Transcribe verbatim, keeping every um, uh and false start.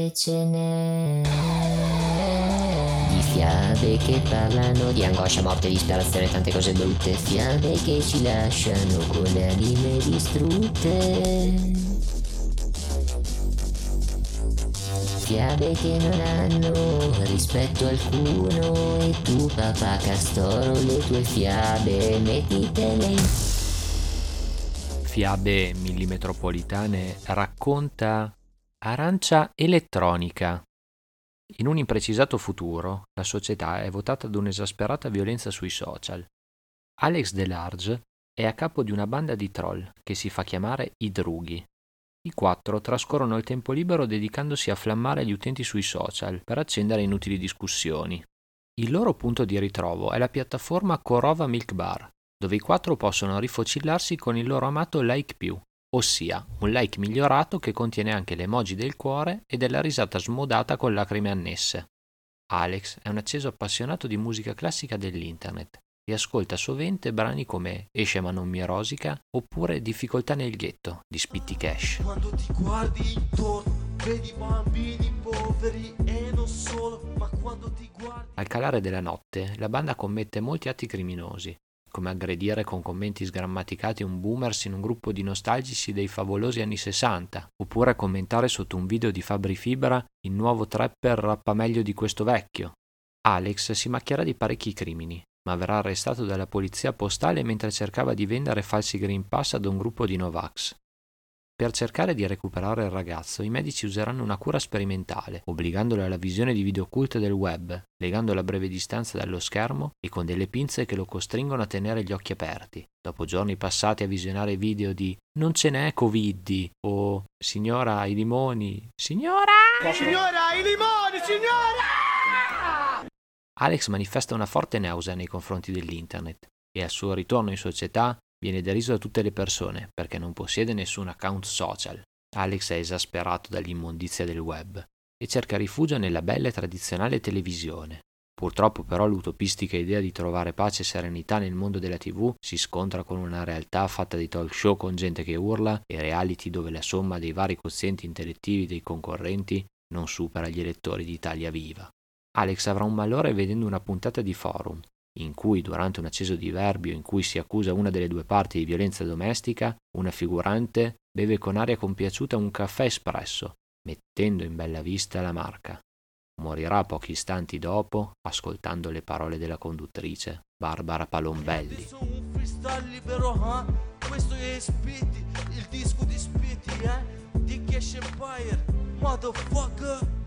che ce n'è di fiabe che parlano di angoscia, morte, disperazione, tante cose brutte, fiabe che ci lasciano con le anime distrutte, fiabe che non hanno rispetto alcuno, e tu papà Castoro le tue fiabe mettitele in... Fiabe millimetropolitane racconta Arancia elettronica. In un imprecisato futuro, la società è votata ad un'esasperata violenza sui social. Alex DeLarge è a capo di una banda di troll che si fa chiamare i Drughi. I quattro trascorrono il tempo libero dedicandosi a flammare gli utenti sui social per accendere inutili discussioni. Il loro punto di ritrovo è la piattaforma Korova Milk Bar, dove i quattro possono rifocillarsi con il loro amato like più, ossia un like migliorato che contiene anche l'emoji del cuore e della risata smodata con lacrime annesse. Alex è un acceso appassionato di musica classica dell'internet e ascolta sovente brani come Esce ma non mi rosica oppure Difficoltà nel ghetto di Spitty Cash. Quando ti guardi intorno vedi bambini poveri e non solo, ma quando ti guardi... Al calare della notte la banda commette molti atti criminosi, come aggredire con commenti sgrammaticati un boomers in un gruppo di nostalgici dei favolosi anni sessanta, oppure commentare sotto un video di Fabri Fibra il nuovo trapper rappa meglio di questo vecchio. Alex si macchierà di parecchi crimini, ma verrà arrestato dalla polizia postale mentre cercava di vendere falsi Green Pass ad un gruppo di Novax. Per cercare di recuperare il ragazzo, i medici useranno una cura sperimentale, obbligandolo alla visione di video occulte del web, legandolo a breve distanza dallo schermo e con delle pinze che lo costringono a tenere gli occhi aperti. Dopo giorni passati a visionare video di "Non ce n'è Covid" o "Signora, i limoni, signora! Signora, i limoni, signora! Alex manifesta una forte nausea nei confronti dell'internet e al suo ritorno in società viene deriso da tutte le persone perché non possiede nessun account social. Alex è esasperato dall'immondizia del web e cerca rifugio nella bella e tradizionale televisione. Purtroppo però l'utopistica idea di trovare pace e serenità nel mondo della tivù si scontra con una realtà fatta di talk show con gente che urla e reality dove la somma dei vari quozienti intellettivi dei concorrenti non supera gli elettori di Italia Viva. Alex avrà un malore vedendo una puntata di Forum, in cui durante un acceso diverbio in cui si accusa una delle due parti di violenza domestica, una figurante beve con aria compiaciuta un caffè espresso, mettendo in bella vista la marca. Morirà pochi istanti dopo, ascoltando le parole della conduttrice, Barbara Palombelli. Sono un freestyle libero, eh? Questo è Spitty, il disco di Spitty, eh? Di Cash Empire, motherfucker!